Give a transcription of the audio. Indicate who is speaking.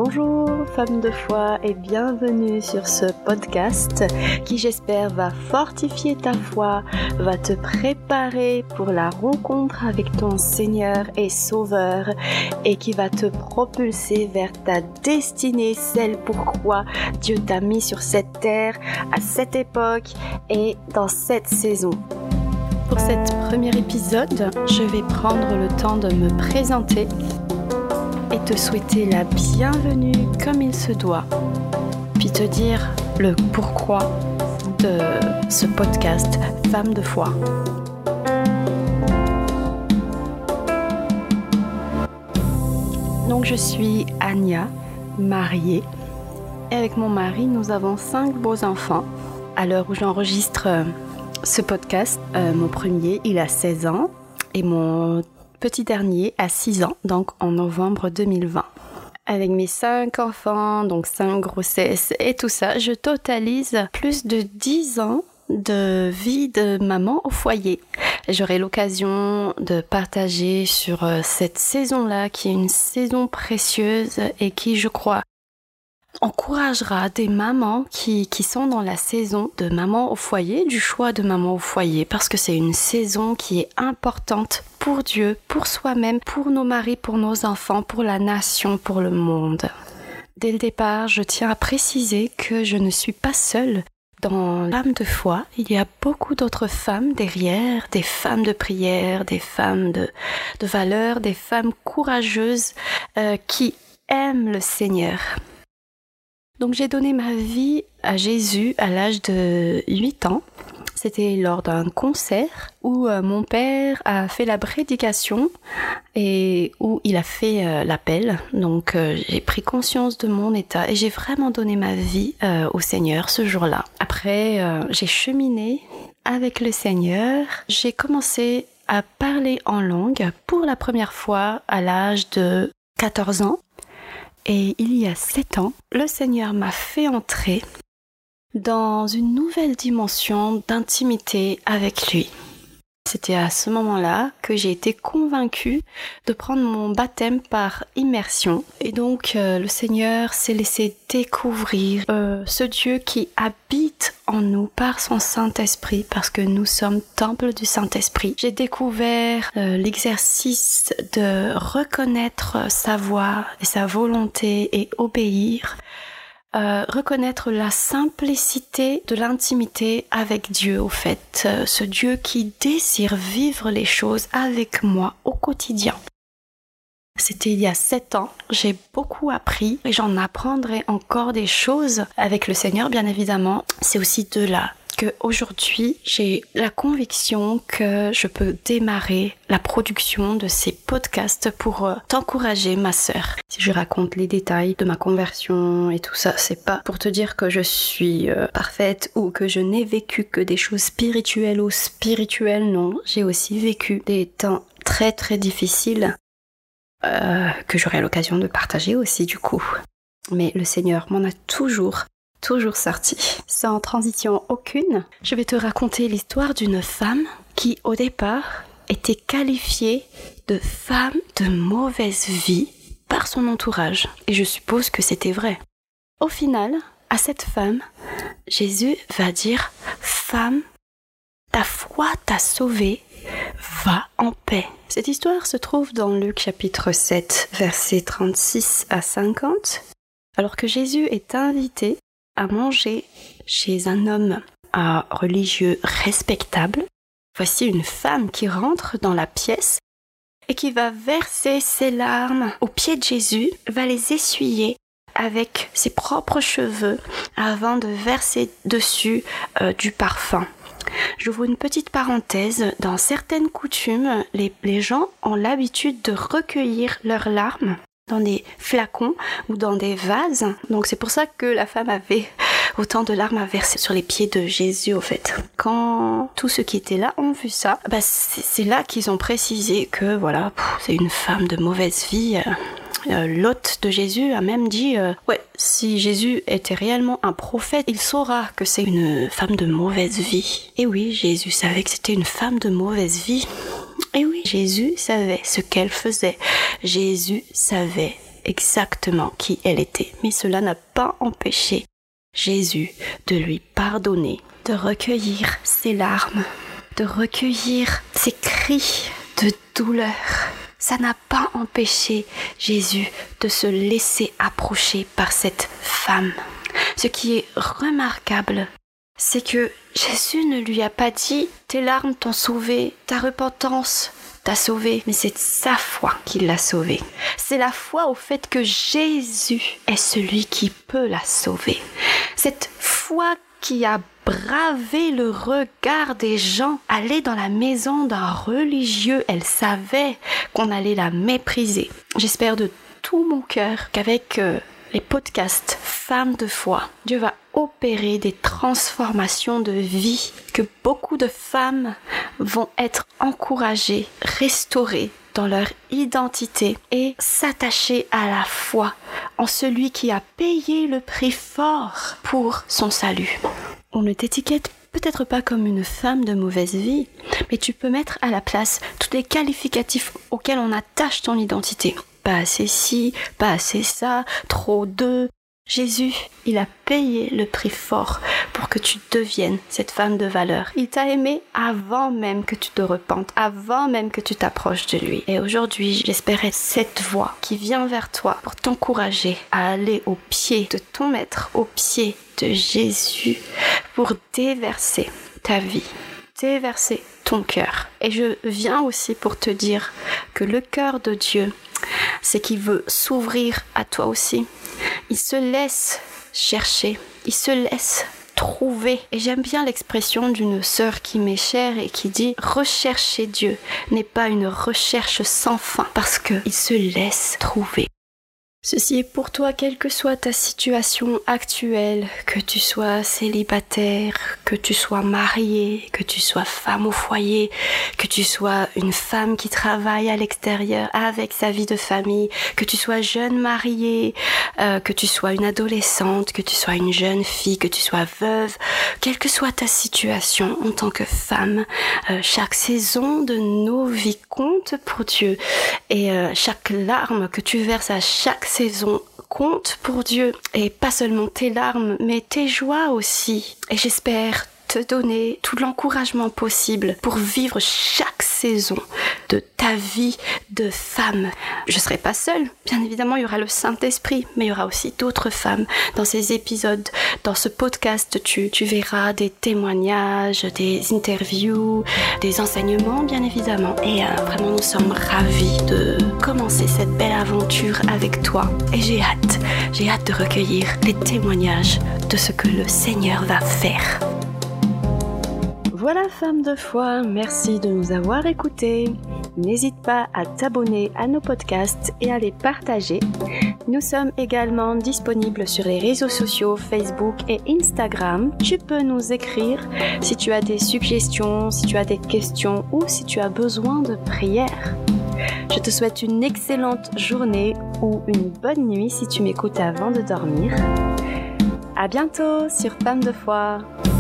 Speaker 1: Bonjour femmes de foi et bienvenue sur ce podcast qui j'espère va fortifier ta foi, va te préparer pour la rencontre avec ton Seigneur et Sauveur et qui va te propulser vers ta destinée, celle pourquoi Dieu t'a mis sur cette terre à cette époque et dans cette saison. Pour cet premier épisode, je vais prendre le temps de me présenter et te souhaiter la bienvenue comme il se doit, puis te dire le pourquoi de ce podcast Femmes de foi. Donc je suis Anya, mariée, et avec mon mari nous avons 5 beaux enfants. À l'heure où j'enregistre ce podcast, mon premier il a 16 ans et mon petit dernier à 6 ans, donc en novembre 2020. Avec mes 5 enfants, donc 5 grossesses et tout ça, je totalise plus de 10 ans de vie de maman au foyer. J'aurai l'occasion de partager sur cette saison-là, qui est une saison précieuse et qui, je crois, encouragera des mamans qui sont dans la saison de maman au foyer, du choix de maman au foyer, parce que c'est une saison qui est importante pour Dieu, pour soi-même, pour nos maris, pour nos enfants, pour la nation, pour le monde. Dès le départ, je tiens à préciser que je ne suis pas seule dans l'âme de foi. Il y a beaucoup d'autres femmes derrière, des femmes de prière, des femmes de valeur, des femmes courageuses qui aiment le Seigneur. Donc j'ai donné ma vie à Jésus à l'âge de 8 ans. C'était lors d'un concert où mon père a fait la prédication et où il a fait l'appel. Donc j'ai pris conscience de mon état et j'ai vraiment donné ma vie au Seigneur ce jour-là. Après, j'ai cheminé avec le Seigneur. J'ai commencé à parler en langue pour la première fois à l'âge de 14 ans. Et il y a 7 ans, le Seigneur m'a fait entrer dans une nouvelle dimension d'intimité avec lui. C'était à ce moment-là que j'ai été convaincue de prendre mon baptême par immersion. Et donc le Seigneur s'est laissé découvrir ce Dieu qui habite en nous par son Saint-Esprit, parce que nous sommes temple du Saint-Esprit. J'ai découvert l'exercice de reconnaître sa voix et sa volonté et obéir. Reconnaître la simplicité de l'intimité avec Dieu, au fait, ce Dieu qui désire vivre les choses avec moi au quotidien. C'était il y a 7 ans, j'ai beaucoup appris et j'en apprendrai encore des choses avec le Seigneur, bien évidemment. C'est aussi de là qu'aujourd'hui, j'ai la conviction que je peux démarrer la production de ces podcasts pour t'encourager, ma sœur. Si je raconte les détails de ma conversion et tout ça, c'est pas pour te dire que je suis parfaite ou que je n'ai vécu que des choses spirituelles ou spirituelles, non. J'ai aussi vécu des temps très très difficiles que j'aurai l'occasion de partager aussi du coup. Mais le Seigneur m'en a toujours sorti, sans transition aucune. Je vais te raconter l'histoire d'une femme qui, au départ, était qualifiée de femme de mauvaise vie par son entourage. Et je suppose que c'était vrai. Au final, à cette femme, Jésus va dire « Femme, ta foi t'a sauvée, va en paix ». Cette histoire se trouve dans Luc chapitre 7, versets 36 à 50. Alors que Jésus est invité à manger chez un homme religieux respectable, voici une femme qui rentre dans la pièce et qui va verser ses larmes aux pieds de Jésus, va les essuyer avec ses propres cheveux avant de verser dessus du parfum. J'ouvre une petite parenthèse. Dans certaines coutumes, les gens ont l'habitude de recueillir leurs larmes dans des flacons ou dans des vases. Donc c'est pour ça que la femme avait autant de larmes à verser sur les pieds de Jésus, au fait. Quand tous ceux qui étaient là ont vu ça, c'est là qu'ils ont précisé que voilà, c'est une femme de mauvaise vie. L'hôte de Jésus a même dit si Jésus était réellement un prophète, il saura que c'est une femme de mauvaise vie. Et oui, Jésus savait que c'était une femme de mauvaise vie. Et oui, Jésus savait ce qu'elle faisait. Jésus savait exactement qui elle était. Mais cela n'a pas empêché Jésus de lui pardonner, de recueillir ses larmes, de recueillir ses cris de douleur. Ça n'a pas empêché Jésus de se laisser approcher par cette femme. Ce qui est remarquable, c'est que Jésus ne lui a pas dit « tes larmes t'ont sauvé, ta repentance t'a sauvé », mais c'est sa foi qui l'a sauvé. C'est la foi au fait que Jésus est celui qui peut la sauver. Cette foi qui a bravé le regard des gens, aller dans la maison d'un religieux, elle savait qu'on allait la mépriser. J'espère de tout mon cœur qu'avec les podcasts Femmes de foi, Dieu va opérer des transformations de vie, que beaucoup de femmes vont être encouragées, restaurées dans leur identité et s'attacher à la foi en celui qui a payé le prix fort pour son salut. On ne t'étiquette peut-être pas comme une femme de mauvaise vie, mais tu peux mettre à la place tous les qualificatifs auxquels on attache ton identité. Pas assez ci, pas assez ça, trop de... Jésus, il a payé le prix fort pour que tu deviennes cette femme de valeur. Il t'a aimé avant même que tu te repentes, avant même que tu t'approches de lui. Et aujourd'hui, j'espère être cette voix qui vient vers toi pour t'encourager à aller au pied de ton maître, au pied de Jésus, pour déverser ta vie, déverser ton cœur. Et je viens aussi pour te dire que le cœur de Dieu, c'est qu'il veut s'ouvrir à toi aussi. Il se laisse chercher, il se laisse trouver. Et j'aime bien l'expression d'une sœur qui m'est chère et qui dit « Rechercher Dieu n'est pas une recherche sans fin parce qu'il se laisse trouver ». Ceci est pour toi, quelle que soit ta situation actuelle, que tu sois célibataire, que tu sois marié, que tu sois femme au foyer, que tu sois une femme qui travaille à l'extérieur avec sa vie de famille, que tu sois jeune mariée, que tu sois une adolescente, que tu sois une jeune fille, que tu sois veuve, quelle que soit ta situation en tant que femme, chaque saison de nos vies compte pour Dieu et chaque larme que tu verses à chaque saison compte pour Dieu, et pas seulement tes larmes mais tes joies aussi. Et j'espère te donner tout l'encouragement possible pour vivre chaque saison de ta vie de femme. Je serai pas seule, bien évidemment il y aura le Saint-Esprit, mais il y aura aussi d'autres femmes dans ces épisodes, dans ce podcast. Tu verras des témoignages, des interviews, des enseignements bien évidemment, et vraiment nous sommes ravis de commencer cette belle aventure avec toi, et j'ai hâte de recueillir les témoignages de ce que le Seigneur va faire. Voilà, femme de foi, merci de nous avoir écoutés. N'hésite pas à t'abonner à nos podcasts et à les partager. Nous sommes également disponibles sur les réseaux sociaux Facebook et Instagram. Tu peux nous écrire si tu as des suggestions, si tu as des questions ou si tu as besoin de prière. Je te souhaite une excellente journée ou une bonne nuit si tu m'écoutes avant de dormir. À bientôt sur Femme de foi.